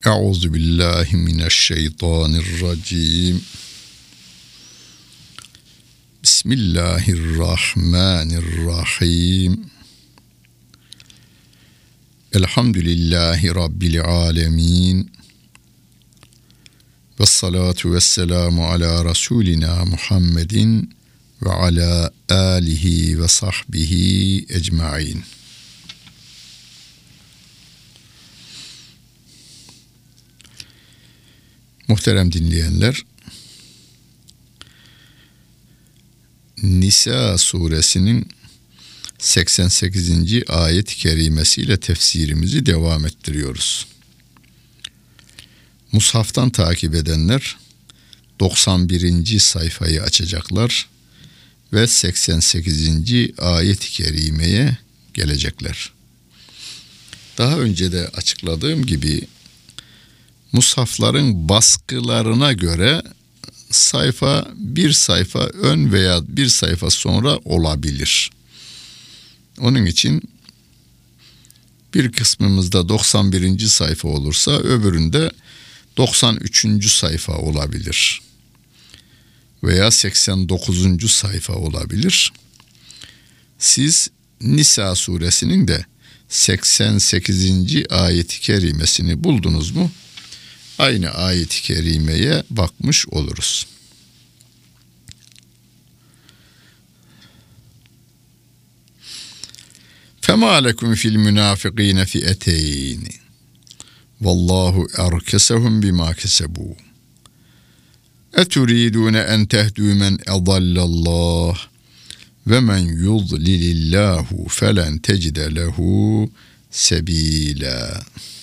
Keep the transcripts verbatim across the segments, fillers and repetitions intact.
Euzu billahi mineşşeytanirracim. Bismillahirrahmanirrahim. Elhamdülillahi Rabbil alemin. Vessalatu vesselamu ala Resulina Muhammedin ve ala alihi ve sahbihi ecmain. Muhterem dinleyenler, Nisa suresinin seksen sekizinci ayet-i kerimesiyle tefsirimizi devam ettiriyoruz. Mushaftan takip edenler doksan birinci sayfayı açacaklar ve seksen sekizinci ayet-i kerimeye gelecekler. Daha önce de açıkladığım gibi mushafların baskılarına göre sayfa bir sayfa ön veya bir sayfa sonra olabilir. Onun için bir kısmımızda doksan birinci sayfa olursa öbüründe doksan üçüncü sayfa olabilir. Veya seksen dokuzuncu sayfa olabilir. Siz Nisa suresinin de seksen sekizinci ayet-i kerimesini buldunuz mu? Aynı ayet-i kerimeye bakmış oluruz. فَمَا لَكُمْ فِي الْمُنَافِقِينَ فِئَتَيْنِ وَاللّٰهُ اَرْكَسَهُمْ بِمَا كَسَبُوا اَتُرِيدُونَ اَنْ تَهْدُوا مَنْ اَضَلَّ اللّٰهِ وَمَنْ يُضْلِلِ اللّٰهُ فَلَنْ تَجِدَ لَهُ سَب۪يلًا.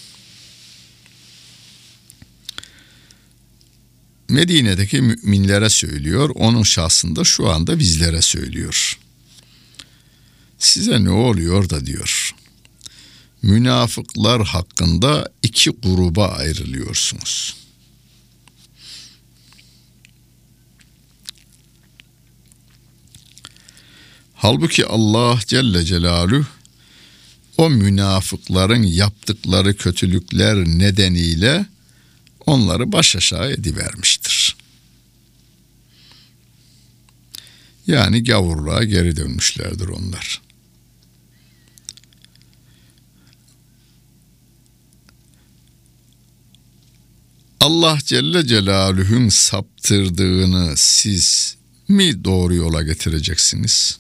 Medine'deki müminlere söylüyor, onun şahsında şu anda bizlere söylüyor. Size ne oluyor da diyor, münafıklar hakkında iki gruba ayrılıyorsunuz. Halbuki Allah Celle Celaluhu o münafıkların yaptıkları kötülükler nedeniyle onları baş aşağı edivermiştir. Yani gavurluğa geri dönmüşlerdir onlar. Allah Celle Celaluhu'nun saptırdığını siz mi doğru yola getireceksiniz?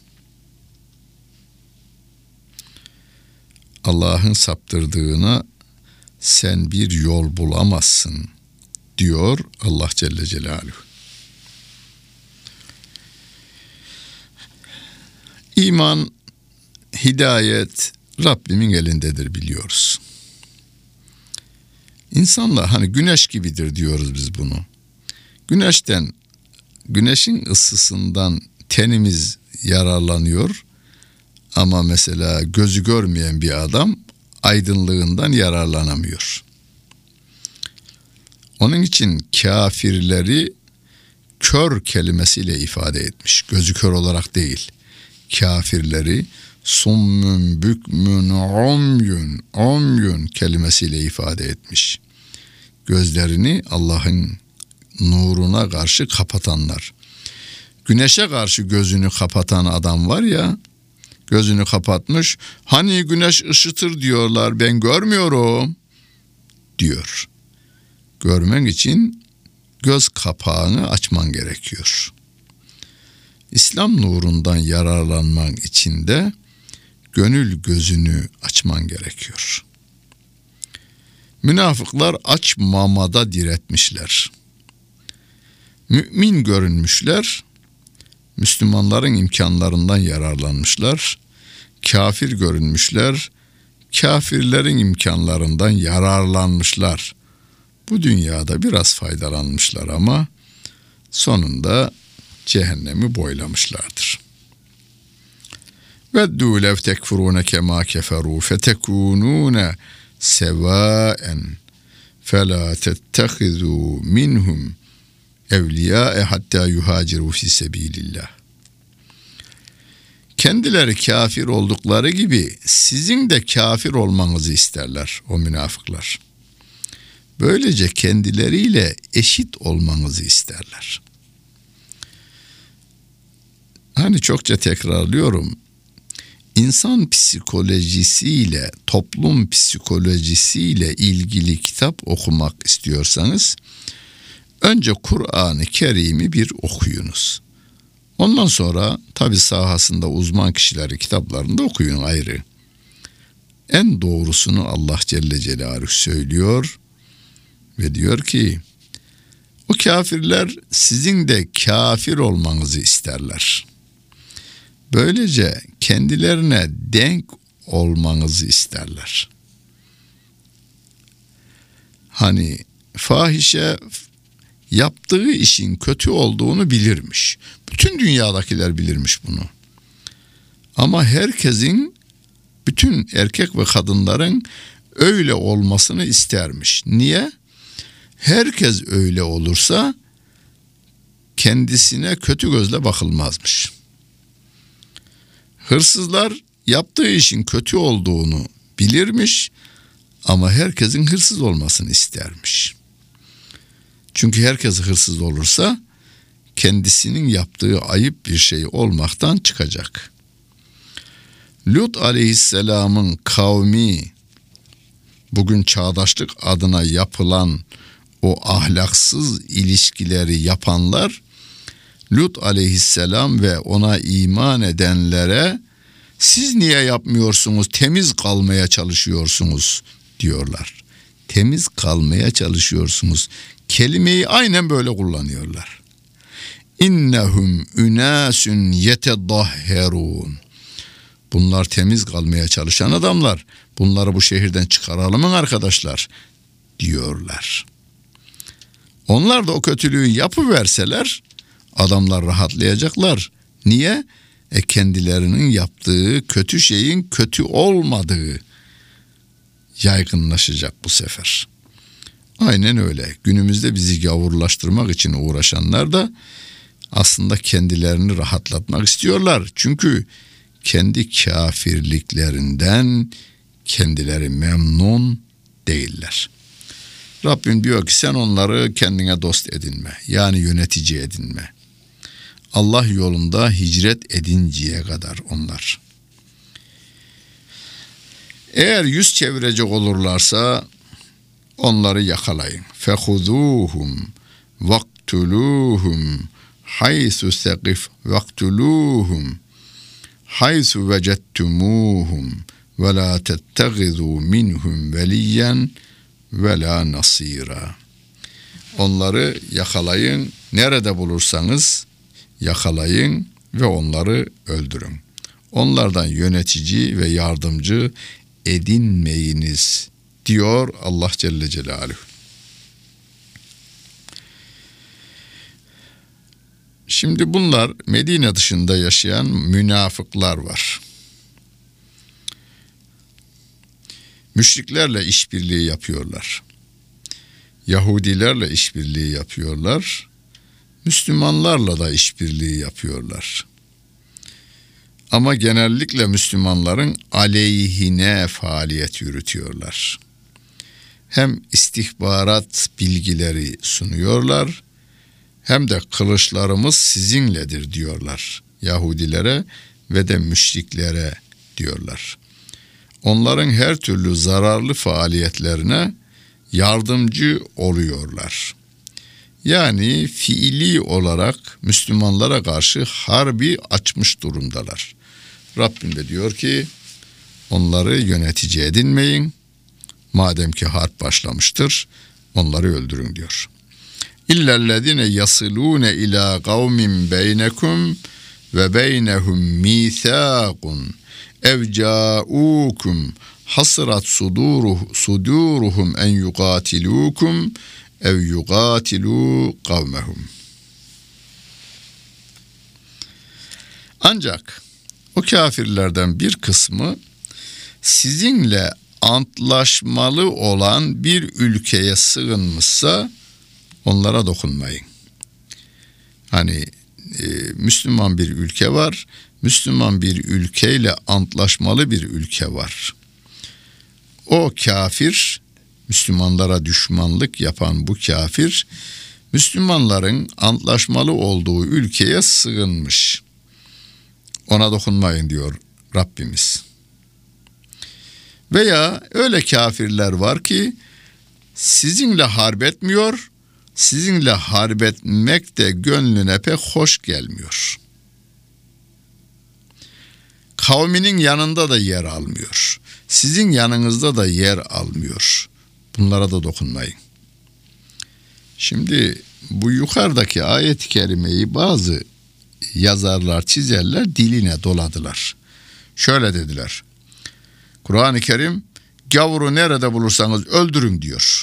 Allah'ın saptırdığına sen bir yol bulamazsın diyor Allah Celle Celaluhu. İman, hidayet Rabbimin elindedir biliyoruz. İnsanlar hani güneş gibidir diyoruz biz bunu. Güneşten, güneşin ısısından tenimiz yararlanıyor ama mesela gözü görmeyen bir adam aydınlığından yararlanamıyor. Onun için kafirleri kör kelimesiyle ifade etmiş. Gözü kör olarak değil. Kafirleri summün, bükmün, umyun, umyun kelimesiyle ifade etmiş. Gözlerini Allah'ın nuruna karşı kapatanlar. Güneşe karşı gözünü kapatan adam var ya, gözünü kapatmış, hani güneş ışıtır diyorlar, ben görmüyorum diyor. Görmen için göz kapağını açman gerekiyor. İslam nurundan yararlanman için de gönül gözünü açman gerekiyor. Münafıklar açmamada diretmişler. Mümin görünmüşler, Müslümanların imkanlarından yararlanmışlar. Kafir görünmüşler, kafirlerin imkanlarından yararlanmışlar. Bu dünyada biraz faydalanmışlar ama sonunda cehennemi boylamışlardır. Veddû lev tekfurûne kemâ keferû fetekûnûne sevâen felâ tettehizû minhum evliyâe hattâ yuhâcirû fî sebîlillah. Kendileri kafir oldukları gibi sizin de kafir olmanızı isterler o münafıklar. Böylece kendileriyle eşit olmanızı isterler. Hani çokça tekrarlıyorum. İnsan psikolojisiyle, toplum psikolojisiyle ilgili kitap okumak istiyorsanız önce Kur'an-ı Kerim'i bir okuyunuz. Ondan sonra tabi sahasında uzman kişileri kitaplarını da okuyun ayrı. En doğrusunu Allah Celle Celaluhu söylüyor ve diyor ki o kafirler sizin de kafir olmanızı isterler. Böylece kendilerine denk olmanızı isterler. Hani fahişe yaptığı işin kötü olduğunu bilirmiş. Bütün dünyadakiler bilirmiş bunu. Ama herkesin, bütün erkek ve kadınların öyle olmasını istermiş. Niye? Herkes öyle olursa kendisine kötü gözle bakılmazmış. Hırsızlar yaptığı işin kötü olduğunu bilirmiş ama herkesin hırsız olmasını istermiş. Çünkü herkes hırsız olursa kendisinin yaptığı ayıp bir şey olmaktan çıkacak. Lut aleyhisselamın kavmi bugün çağdaşlık adına yapılan o ahlaksız ilişkileri yapanlar Lut aleyhisselam ve ona iman edenlere siz niye yapmıyorsunuz, temiz kalmaya çalışıyorsunuz diyorlar. Temiz kalmaya çalışıyorsunuz. Kelimeyi aynen böyle kullanıyorlar. İnnehum ünasun yetedahherun. Bunlar temiz kalmaya çalışan adamlar. Bunları bu şehirden çıkaralım arkadaşlar diyorlar. Onlar da o kötülüğü yapıverseler adamlar rahatlayacaklar. Niye? E kendilerinin yaptığı kötü şeyin kötü olmadığı yaygınlaşacak bu sefer. Aynen öyle. Günümüzde bizi gavurlaştırmak için uğraşanlar da aslında kendilerini rahatlatmak istiyorlar. Çünkü kendi kafirliklerinden kendileri memnun değiller. Rabbim diyor ki sen onları kendine dost edinme. Yani yönetici edinme. Allah yolunda hicret edinceye kadar onlar. Eğer yüz çevirecek olurlarsa onları yakalayın. Fehuzuhum vaktuluhum haysu sekif vaktuluhum haysu vecettumuhum ve la tettegizu minhum veliyen ve la nasira. Onları yakalayın, nerede bulursanız yakalayın ve onları öldürün. Onlardan yönetici ve yardımcı edinmeyiniz diyor Allah Celle Celaluhu. Şimdi bunlar Medine dışında yaşayan münafıklar var. Müşriklerle işbirliği yapıyorlar. Yahudilerle işbirliği yapıyorlar. Müslümanlarla da işbirliği yapıyorlar. Ama genellikle Müslümanların aleyhine faaliyet yürütüyorlar. Hem istihbarat bilgileri sunuyorlar, hem de kılıçlarımız sizinledir diyorlar Yahudilere ve de müşriklere diyorlar. Onların her türlü zararlı faaliyetlerine yardımcı oluyorlar. Yani fiili olarak Müslümanlara karşı harbi açmış durumdalar. Rabbim de diyor ki onları yönetici edinmeyin. Madem ki harp başlamıştır onları öldürün diyor. İllellezine yasilune ila kavmin beynekum ve beynehum mithaqun ev ca'ukum hasrat suduruh suduruhum en yuqatilukum ev yuqatilu kavmehum. Ancak o kafirlerden bir kısmı sizinle antlaşmalı olan bir ülkeye sığınmışsa onlara dokunmayın. Hani e, Müslüman bir ülke var, Müslüman bir ülkeyle antlaşmalı bir ülke var. O kafir Müslümanlara düşmanlık yapan bu kafir, Müslümanların antlaşmalı olduğu ülkeye sığınmış. Ona dokunmayın diyor Rabbimiz. Veya öyle kafirler var ki sizinle harp etmiyor, sizinle harp etmek de gönlüne pek hoş gelmiyor. Kavminin yanında da yer almıyor. Sizin yanınızda da yer almıyor. Bunlara da dokunmayın. Şimdi bu yukarıdaki ayet-i kerimeyi bazı yazarlar, çizerler diline doladılar. Şöyle dediler. Kur'an-ı Kerim gavuru nerede bulursanız öldürün diyor.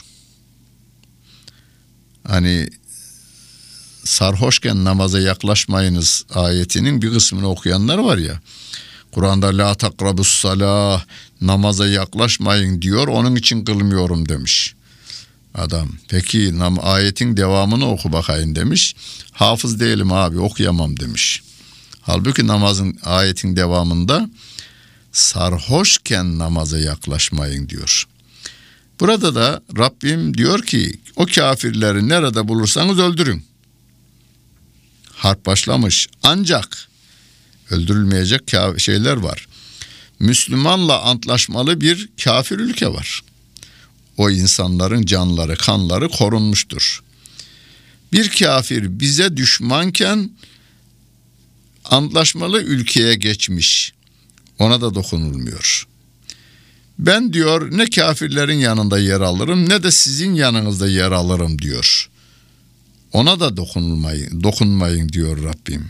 Hani sarhoşken namaza yaklaşmayınız ayetinin bir kısmını okuyanlar var ya. Kur'an'da la takrabus salah, namaza yaklaşmayın diyor, onun için kılmıyorum demiş adam. Peki nam ayetin devamını oku bakayım demiş. Hafız değilim abi, okuyamam demiş. Halbuki namazın ayetin devamında sarhoşken namaza yaklaşmayın diyor. Burada da Rabbim diyor ki o kafirleri nerede bulursanız öldürün. Harp başlamış ancak öldürülmeyecek şeyler var. Müslümanla antlaşmalı bir kafir ülke var. O insanların canları, kanları korunmuştur. Bir kafir bize düşmanken antlaşmalı ülkeye geçmiş. Ona da dokunulmuyor. Ben diyor ne kafirlerin yanında yer alırım ne de sizin yanınızda yer alırım diyor. Ona da dokunulmayın, dokunmayın diyor Rabbim.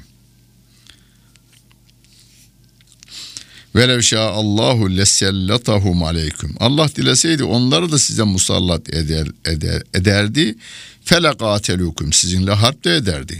Velev şâ'allâhu lesellatahum aleyküm. Allah dileseydi onları da size musallat eder, eder, ederdi. Felekâtelûküm, sizinle harp de ederdi.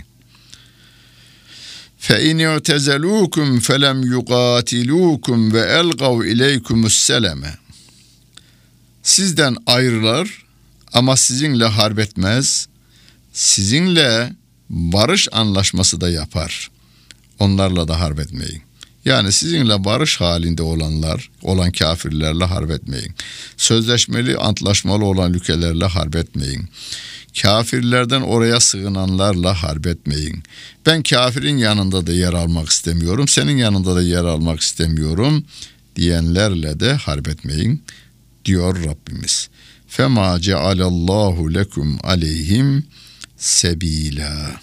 Fe in yu'tezelûküm felem yuqâtilûküm ve elgav ileykümüsseleme. Sizden ayrılar ama sizinle harp etmez. Sizinle barış anlaşması da yapar. Onlarla da harp etmeyin. Yani sizinle barış halinde olanlar, olan kafirlerle harp etmeyin. Sözleşmeli, antlaşmalı olan ülkelerle harp etmeyin. Kafirlerden oraya sığınanlarla harp etmeyin. Ben kafirin yanında da yer almak istemiyorum, senin yanında da yer almak istemiyorum diyenlerle de harp etmeyin diyor Rabbimiz. Fema cealallahu lekum aleyhim sebila.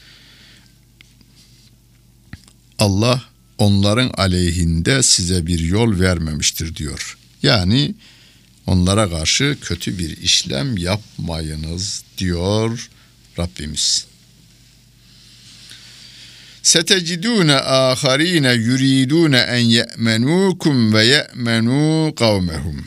Allah onların aleyhinde size bir yol vermemiştir diyor. Yani onlara karşı kötü bir işlem yapmayınız diyor Rabbimiz. Setecidune aharine yuridune en ye'menukum ve ye'menu kavmehum.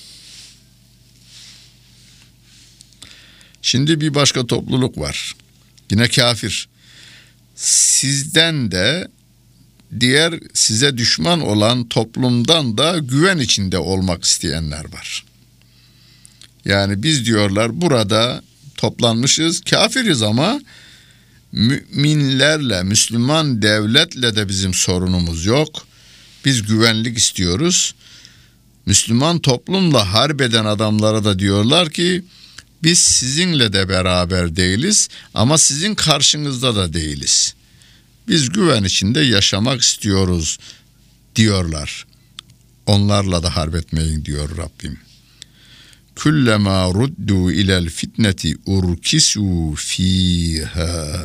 Şimdi bir başka topluluk var. Yine kafir. Sizden de diğer size düşman olan toplumdan da güven içinde olmak isteyenler var. Yani biz diyorlar burada toplanmışız, kafiriz ama müminlerle, Müslüman devletle de bizim sorunumuz yok. Biz güvenlik istiyoruz. Müslüman toplumla harp eden adamlara da diyorlar ki biz sizinle de beraber değiliz ama sizin karşınızda da değiliz. Biz güven içinde yaşamak istiyoruz diyorlar. Onlarla da harp etmeyin diyor Rabbim. Kullama ruddu ilel fitneti urkisu fiha.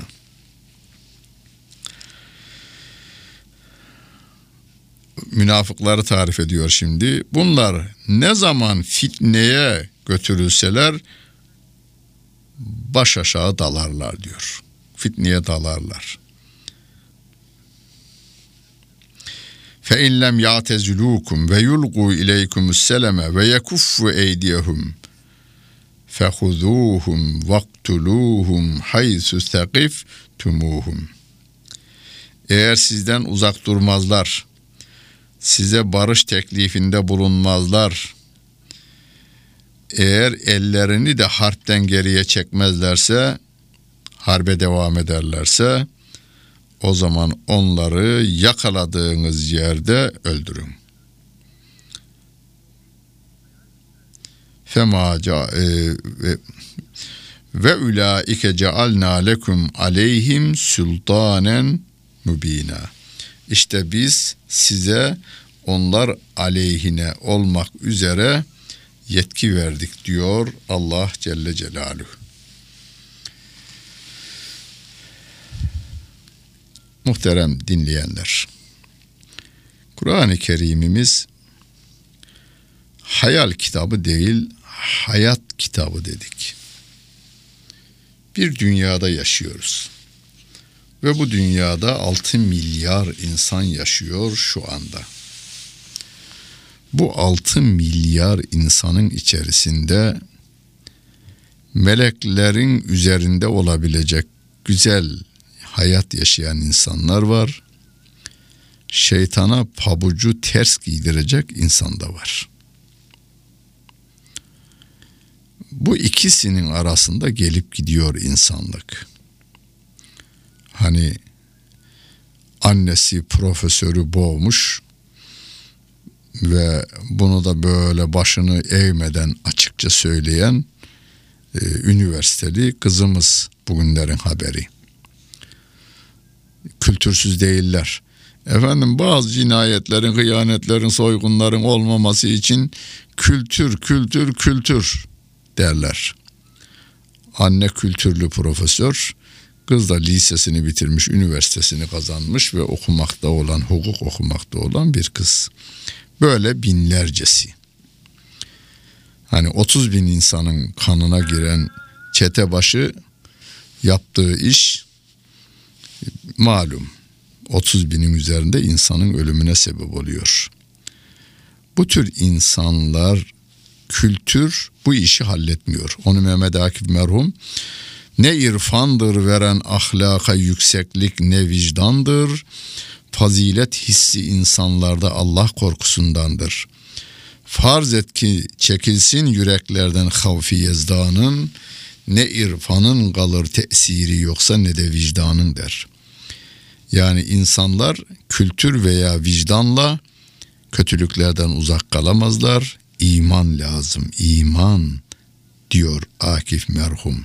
Münafıkları tarif ediyor şimdi. Bunlar ne zaman fitneye götürülseler baş aşağı dalarlar diyor. Fitneye dalarlar. فَاِنْ لَمْ يَعْتَزِلُوكُمْ وَيُلْقُوا اِلَيْكُمُ السَّلَمَ وَيَكُفُّوا اَيْدِيَهُمْ فَخُذُوهُمْ وَاقْتُلُوهُمْ حَيْثُ ثَقِفْتُمُوهُمْ. Eğer sizden uzak durmazlar, size barış teklifinde bulunmazlar, eğer ellerini de harpten geriye çekmezlerse, harbe devam ederlerse, o zaman onları yakaladığınız yerde öldürün. fema ca e, ve ve ulaike cealna lekum aleyhim sultanen mübina. İşte biz size onlar aleyhine olmak üzere yetki verdik diyor Allah Celle Celaluhu. Muhterem dinleyenler, Kur'an-ı Kerim'imiz hayal kitabı değil, hayat kitabı dedik. Bir dünyada yaşıyoruz. Ve bu dünyada altı milyar insan yaşıyor şu anda. Bu altı milyar insanın içerisinde meleklerin üzerinde olabilecek güzel hayat yaşayan insanlar var. Şeytana pabucu ters giydirecek insan da var. Bu ikisinin arasında gelip gidiyor insanlık. Hani annesi profesörü boğmuş ve bunu da böyle başını eğmeden açıkça söyleyen e, üniversiteli kızımız bugünlerin haberi. Kültürsüz değiller. Efendim bazı cinayetlerin, hıyanetlerin, soygunların olmaması için kültür, kültür, kültür derler. Anne kültürlü profesör, kız da lisesini bitirmiş, üniversitesini kazanmış ve okumakta olan, hukuk okumakta olan bir kız. Böyle binlercesi. Hani otuz bin insanın kanına giren çetebaşı yaptığı iş malum. otuz binin üzerinde insanın ölümüne sebep oluyor. Bu tür insanlar, kültür bu işi halletmiyor. Onu Mehmet Akif merhum, ne irfandır veren ahlaka yükseklik ne vicdandır, fazilet hissi insanlarda Allah korkusundandır. Farz et ki çekilsin yüreklerden havfi yezdanın, ne irfanın kalır tesiri yoksa ne de vicdanın der. Yani insanlar kültür veya vicdanla kötülüklerden uzak kalamazlar. İman lazım, iman diyor Akif merhum.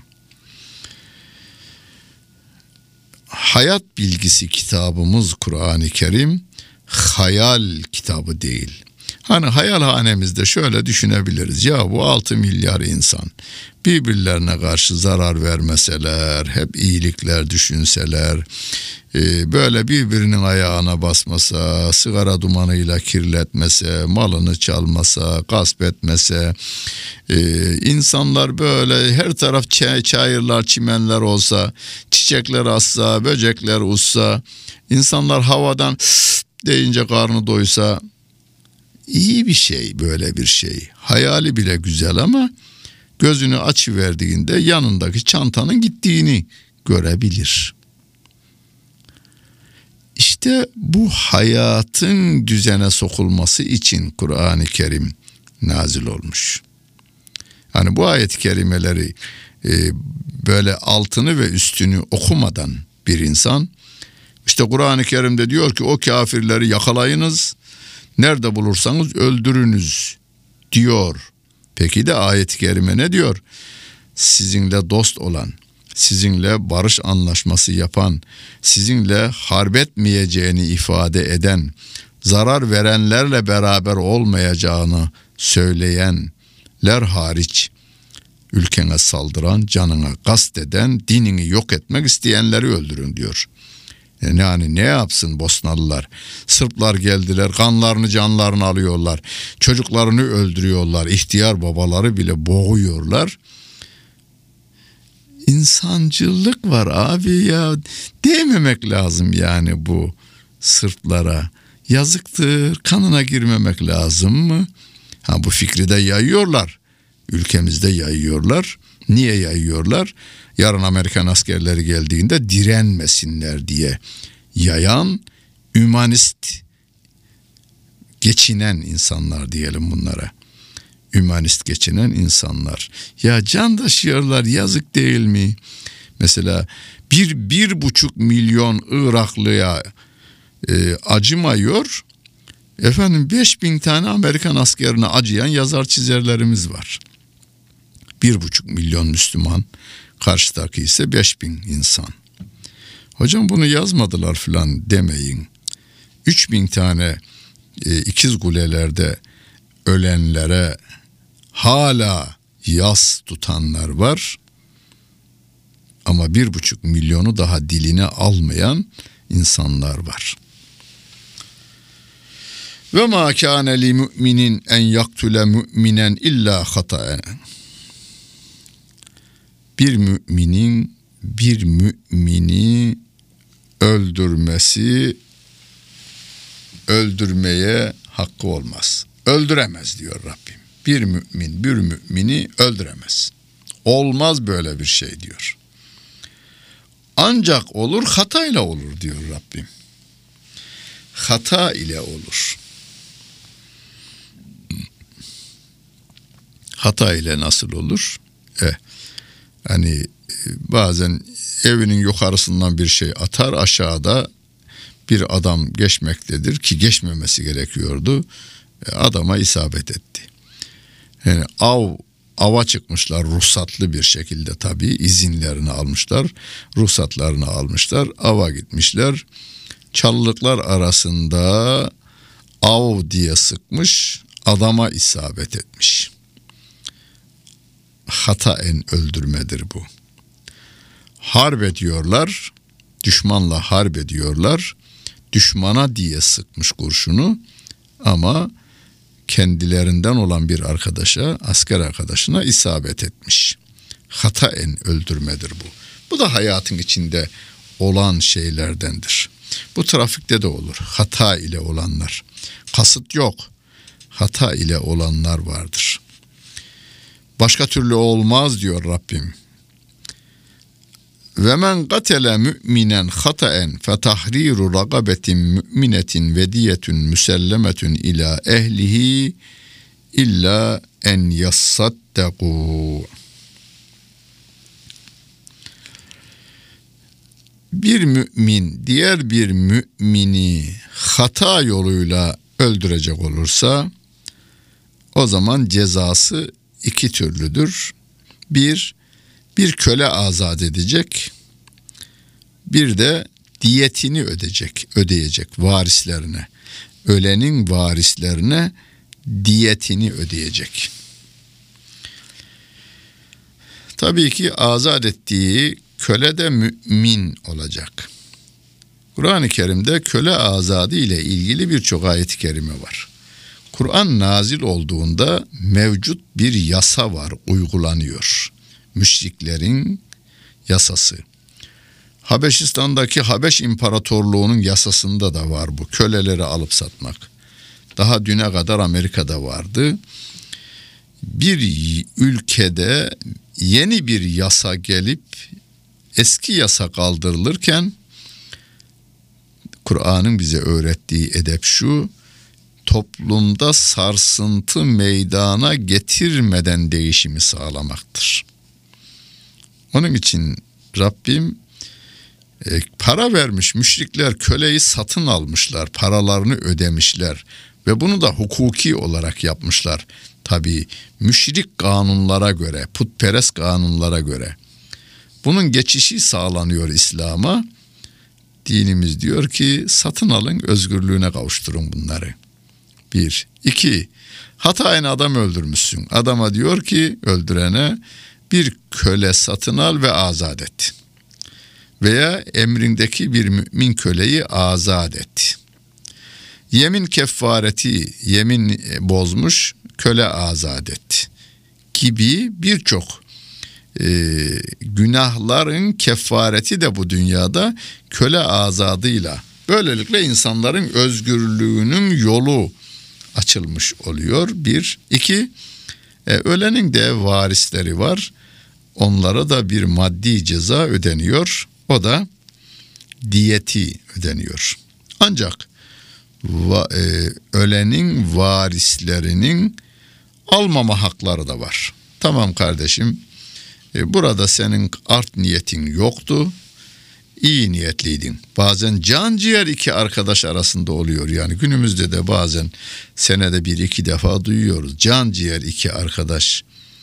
Hayat bilgisi kitabımız Kur'an-ı Kerim hayal kitabı değil. Hani hayalhanemizde şöyle düşünebiliriz. Ya bu altı milyar insan birbirlerine karşı zarar vermeseler, hep iyilikler düşünseler, böyle birbirinin ayağına basmasa, sigara dumanıyla kirletmese, malını çalmasa, gasp etmese, insanlar böyle her taraf çayırlar, çimenler olsa, çiçekler açsa, böcekler uçsa, insanlar havadan deyince karnı doysa, iyi bir şey böyle bir şey. Hayali bile güzel ama gözünü açıverdiğinde yanındaki çantanın gittiğini görebilir. İşte bu hayatın düzene sokulması için Kur'an-ı Kerim nazil olmuş. Hani bu ayet-i kerimeleri e, böyle altını ve üstünü okumadan bir insan, işte Kur'an-ı Kerim'de diyor ki o kafirleri yakalayınız, nerede bulursanız öldürünüz diyor. Peki de ayet-i kerime ne diyor? Sizinle dost olan, sizinle barış anlaşması yapan, sizinle harp etmeyeceğini ifade eden, zarar verenlerle beraber olmayacağını söyleyenler hariç, ülkene saldıran, canına kast eden, dinini yok etmek isteyenleri öldürün diyor. Yani ne yapsın Bosnalılar? Sırplar geldiler, kanlarını canlarını alıyorlar, çocuklarını öldürüyorlar, ihtiyar babaları bile boğuyorlar. İnsancılık var abi ya, değmemek lazım yani bu Sırplara. Yazıktır, kanına girmemek lazım mı? Ha, bu fikri de yayıyorlar, ülkemizde yayıyorlar. Niye yayıyorlar? Yarın Amerikan askerleri geldiğinde direnmesinler diye yayan, hümanist geçinen insanlar diyelim bunlara. Hümanist geçinen insanlar. Ya can taşıyorlar, yazık değil mi? Mesela bir, bir buçuk milyon Iraklıya e, acımıyor. Efendim beş bin tane Amerikan askerine acıyan yazar çizerlerimiz var. Bir buçuk milyon Müslüman, karşıdaki ise beş bin insan. Hocam bunu yazmadılar filan demeyin. Üç bin tane e, ikiz kulelerde ölenlere hala yas tutanlar var. Ama bir buçuk milyonu daha diline almayan insanlar var. Ve ma kâne li mu'minin en yaktule mu'minen illa hataen. Bir müminin bir mümini öldürmesi, öldürmeye hakkı olmaz. Öldüremez diyor Rabbim. Bir mümin bir mümini öldüremez. Olmaz böyle bir şey diyor. Ancak olur, hatayla olur diyor Rabbim. Hata ile olur. Hata ile nasıl olur? Eh, hani bazen evinin yukarısından bir şey atar, aşağıda bir adam geçmektedir ki geçmemesi gerekiyordu. Adama isabet etti. Yani av ava çıkmışlar ruhsatlı bir şekilde, tabii izinlerini almışlar, ruhsatlarını almışlar, ava gitmişler. Çalılıklar arasında av diye sıkmış, adama isabet etmiş. Hataen öldürmedir bu. Harp ediyorlar, düşmanla harp ediyorlar, düşmana diye sıkmış kurşunu ama kendilerinden olan bir arkadaşa, asker arkadaşına isabet etmiş. Hataen öldürmedir bu. Bu da hayatın içinde olan şeylerdendir. Bu trafikte de olur. Hata ile olanlar. Kasıt yok. Hata ile olanlar vardır. Başka türlü olmaz diyor Rabbim. Ve men qatele mu'minen hataen fetahriru ragabetin mu'minetin ve diyetun musellemetun ila ehlihi illa en yassaddaku. Bir mümin diğer bir mümini hata yoluyla öldürecek olursa o zaman cezası iki türlüdür. Bir, bir köle azat edecek, bir de diyetini ödeyecek, ödeyecek varislerine. Ölenin varislerine diyetini ödeyecek. Tabii ki azat ettiği köle de mümin olacak. Kur'an-ı Kerim'de köle azadı ile ilgili birçok ayet-i kerime var. Kur'an nazil olduğunda mevcut bir yasa var, uygulanıyor. Müşriklerin yasası. Habeşistan'daki Habeş İmparatorluğu'nun yasasında da var bu, köleleri alıp satmak. Daha düne kadar Amerika'da vardı. Bir ülkede yeni bir yasa gelip eski yasa kaldırılırken Kur'an'ın bize öğrettiği edep şu: toplumda sarsıntı meydana getirmeden değişimi sağlamaktır. Onun için Rabbim e, para vermiş, müşrikler köleyi satın almışlar, paralarını ödemişler ve bunu da hukuki olarak yapmışlar. Tabii müşrik kanunlara göre, putperest kanunlara göre. Bunun geçişi sağlanıyor İslam'a. Dinimiz diyor ki satın alın, özgürlüğüne kavuşturun bunları. Bir. İki. Hataen adam öldürmüşsün. Adama diyor ki öldürene bir köle satın al ve azat et. Veya emrindeki bir mümin köleyi azat et. Yemin kefareti, yemin bozmuş, köle azat et gibi birçok e, günahların kefareti de bu dünyada köle azadıyla. Böylelikle insanların özgürlüğünün yolu açılmış oluyor. Bir. İki. E, ölenin de varisleri var. Onlara da bir maddi ceza ödeniyor. O da diyeti ödeniyor. Ancak va, e, ölenin varislerinin almama hakları da var. Tamam kardeşim, e, burada senin art niyetin yoktu. İyi niyetliydin. Bazen can ciğer iki arkadaş arasında oluyor. Yani günümüzde de bazen senede bir iki defa duyuyoruz. Can ciğer iki arkadaş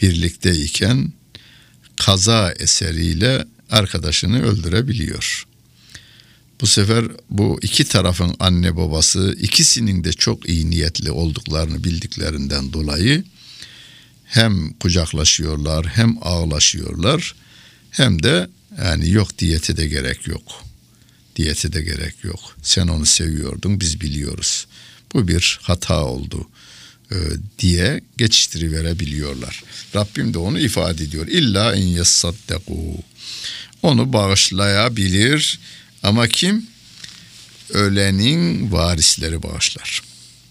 birlikteyken kaza eseriyle arkadaşını öldürebiliyor. Bu sefer bu iki tarafın anne babası ikisinin de çok iyi niyetli olduklarını bildiklerinden dolayı hem kucaklaşıyorlar hem ağlaşıyorlar hem de yani yok diyete de gerek yok. Diyete de gerek yok. Sen onu seviyordun, biz biliyoruz. Bu bir hata oldu e, diye geçiştiriverebiliyorlar. Rabbim de onu ifade ediyor. İlla en yessaddeku. Onu bağışlayabilir ama kim? Ölenin varisleri bağışlar.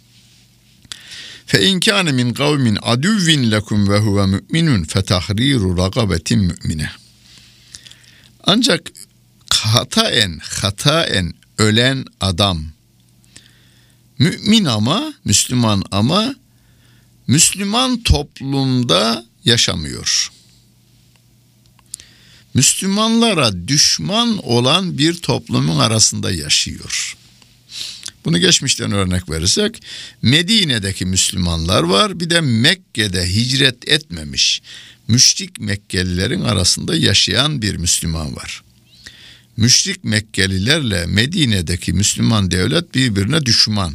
Fe in kâne min kavmin aduvvin lekum ve huve mü'minun fetahriru ragabetin mü'mine. Ancak hataen, hataen ölen adam mümin ama, Müslüman ama Müslüman toplumda yaşamıyor. Müslümanlara düşman olan bir toplumun arasında yaşıyor. Bunu geçmişten örnek verirsek, Medine'deki Müslümanlar var, bir de Mekke'de hicret etmemiş müşrik Mekkelilerin arasında yaşayan bir Müslüman var. Müşrik Mekkelilerle Medine'deki Müslüman devlet birbirine düşman.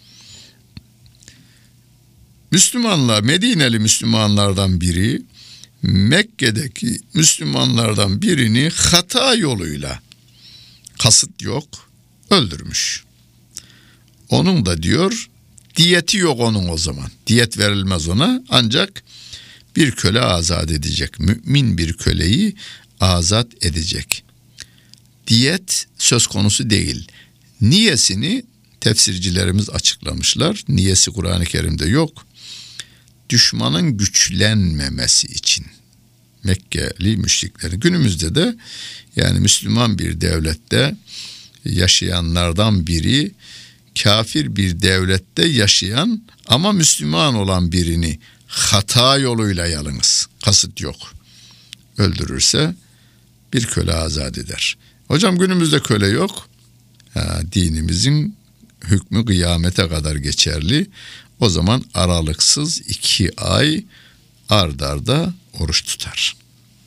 Müslümanlar, Medineli Müslümanlardan biri Mekke'deki Müslümanlardan birini hata yoluyla, kasıt yok, öldürmüş. Onun da diyor diyeti yok onun o zaman. Diyet verilmez ona, ancak bir köle azat edecek. Mümin bir köleyi azat edecek. Diyet söz konusu değil. Niyesini tefsircilerimiz açıklamışlar. Niyesi Kur'an-ı Kerim'de yok. Düşmanın güçlenmemesi için. Mekkeli müşrikleri. Günümüzde de yani Müslüman bir devlette yaşayanlardan biri kafir bir devlette yaşayan ama Müslüman olan birini hata yoluyla yalnız, kasıt yok, öldürürse bir köle azat eder. Hocam günümüzde köle yok. Ha, dinimizin hükmü kıyamete kadar geçerli. O zaman aralıksız iki ay ard arda oruç tutar.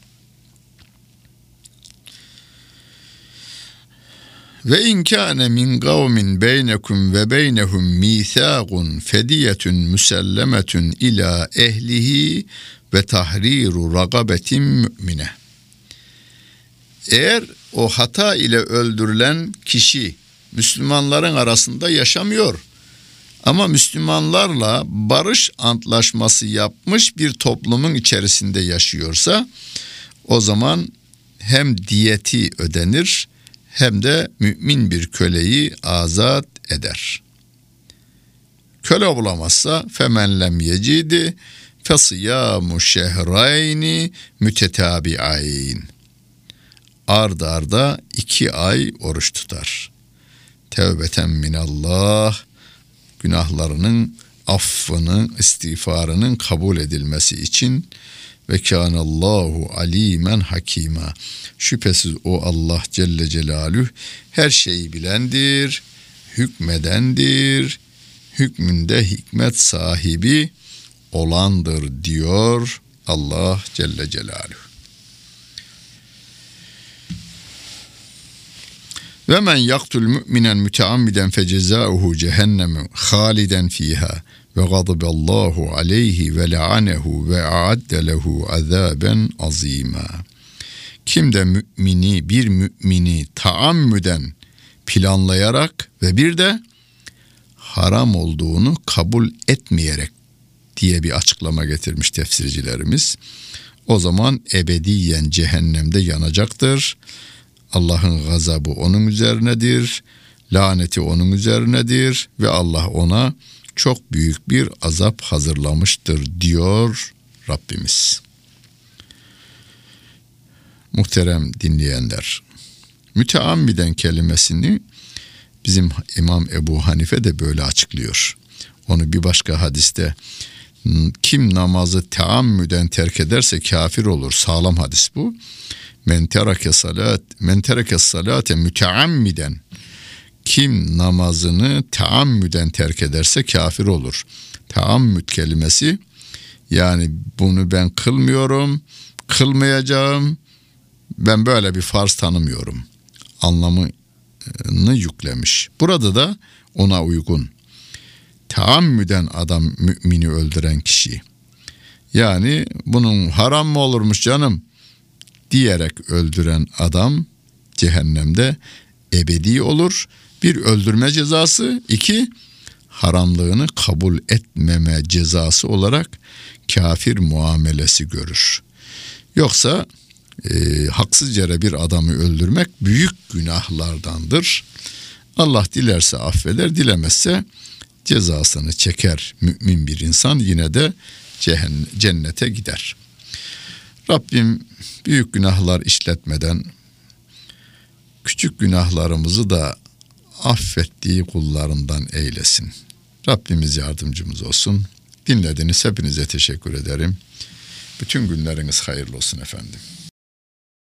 Ve in kâne min kavmin beynekum ve beynehum mîthâgun fediyetun musellemetun ila ehlihi ve tahriru ragabetin mü'mine. Eğer o hata ile öldürülen kişi Müslümanların arasında yaşamıyor ama Müslümanlarla barış antlaşması yapmış bir toplumun içerisinde yaşıyorsa, o zaman hem diyeti ödenir hem de mümin bir köleyi azat eder. Köle bulamazsa femen lem yecidi fesiyamu şehrayni mütetabi'ayn. Ard arda iki ay oruç tutar. Tevbeten minallah, günahlarının affının, istiğfarının kabul edilmesi için. Ve kânallâhu alîmen hakîmâ. Şüphesiz o Allah Celle Celaluhu her şeyi bilendir, hükmedendir, hükmünde hikmet sahibi olandır diyor Allah Celle Celaluhu. Ve men yaktul mu'minen müteammiden fecezâuhu cehennemu haliden fîhâ ve gadaballahu aleyhi ve la'anehu ve a'adde lehu azaben azîmâ. Kim de mümini, bir mümini taammüden planlayarak ve bir de haram olduğunu kabul etmeyerek diye bir açıklama getirmiş tefsircilerimiz. O zaman ebediyen cehennemde yanacaktır. Allah'ın gazabı onun üzerinedir, laneti onun üzerinedir ve Allah ona çok büyük bir azap hazırlamıştır diyor Rabbimiz. Muhterem dinleyenler, müteammiden kelimesini bizim İmam Ebu Hanife de böyle açıklıyor. Onu bir başka hadiste, kim namazı teammüden terk ederse kafir olur. Sağlam hadis bu. Men tereke salat, men tereke salate müteammiden. Kim namazını teammüden terk ederse kafir olur. Teammüd kelimesi Yani bunu ben kılmıyorum, kılmayacağım, ben böyle bir farz tanımıyorum anlamını yüklemiş. Burada da ona uygun. Taammüden adam mümini öldüren kişi. Yani bunun haram mı olurmuş canım diyerek öldüren adam cehennemde ebedi olur. Bir, öldürme cezası. İki, haramlığını kabul etmeme cezası olarak kafir muamelesi görür. Yoksa e, haksız yere bir adamı öldürmek büyük günahlardandır. Allah dilerse affeder, dilemezse cezasını çeker. Mümin bir insan yine de cehenn- cennete gider. Rabbim büyük günahlar işletmeden küçük günahlarımızı da affettiği kullarından eylesin. Rabbimiz yardımcımız olsun. Dinlediniz, hepinize teşekkür ederim. Bütün günleriniz hayırlı olsun efendim.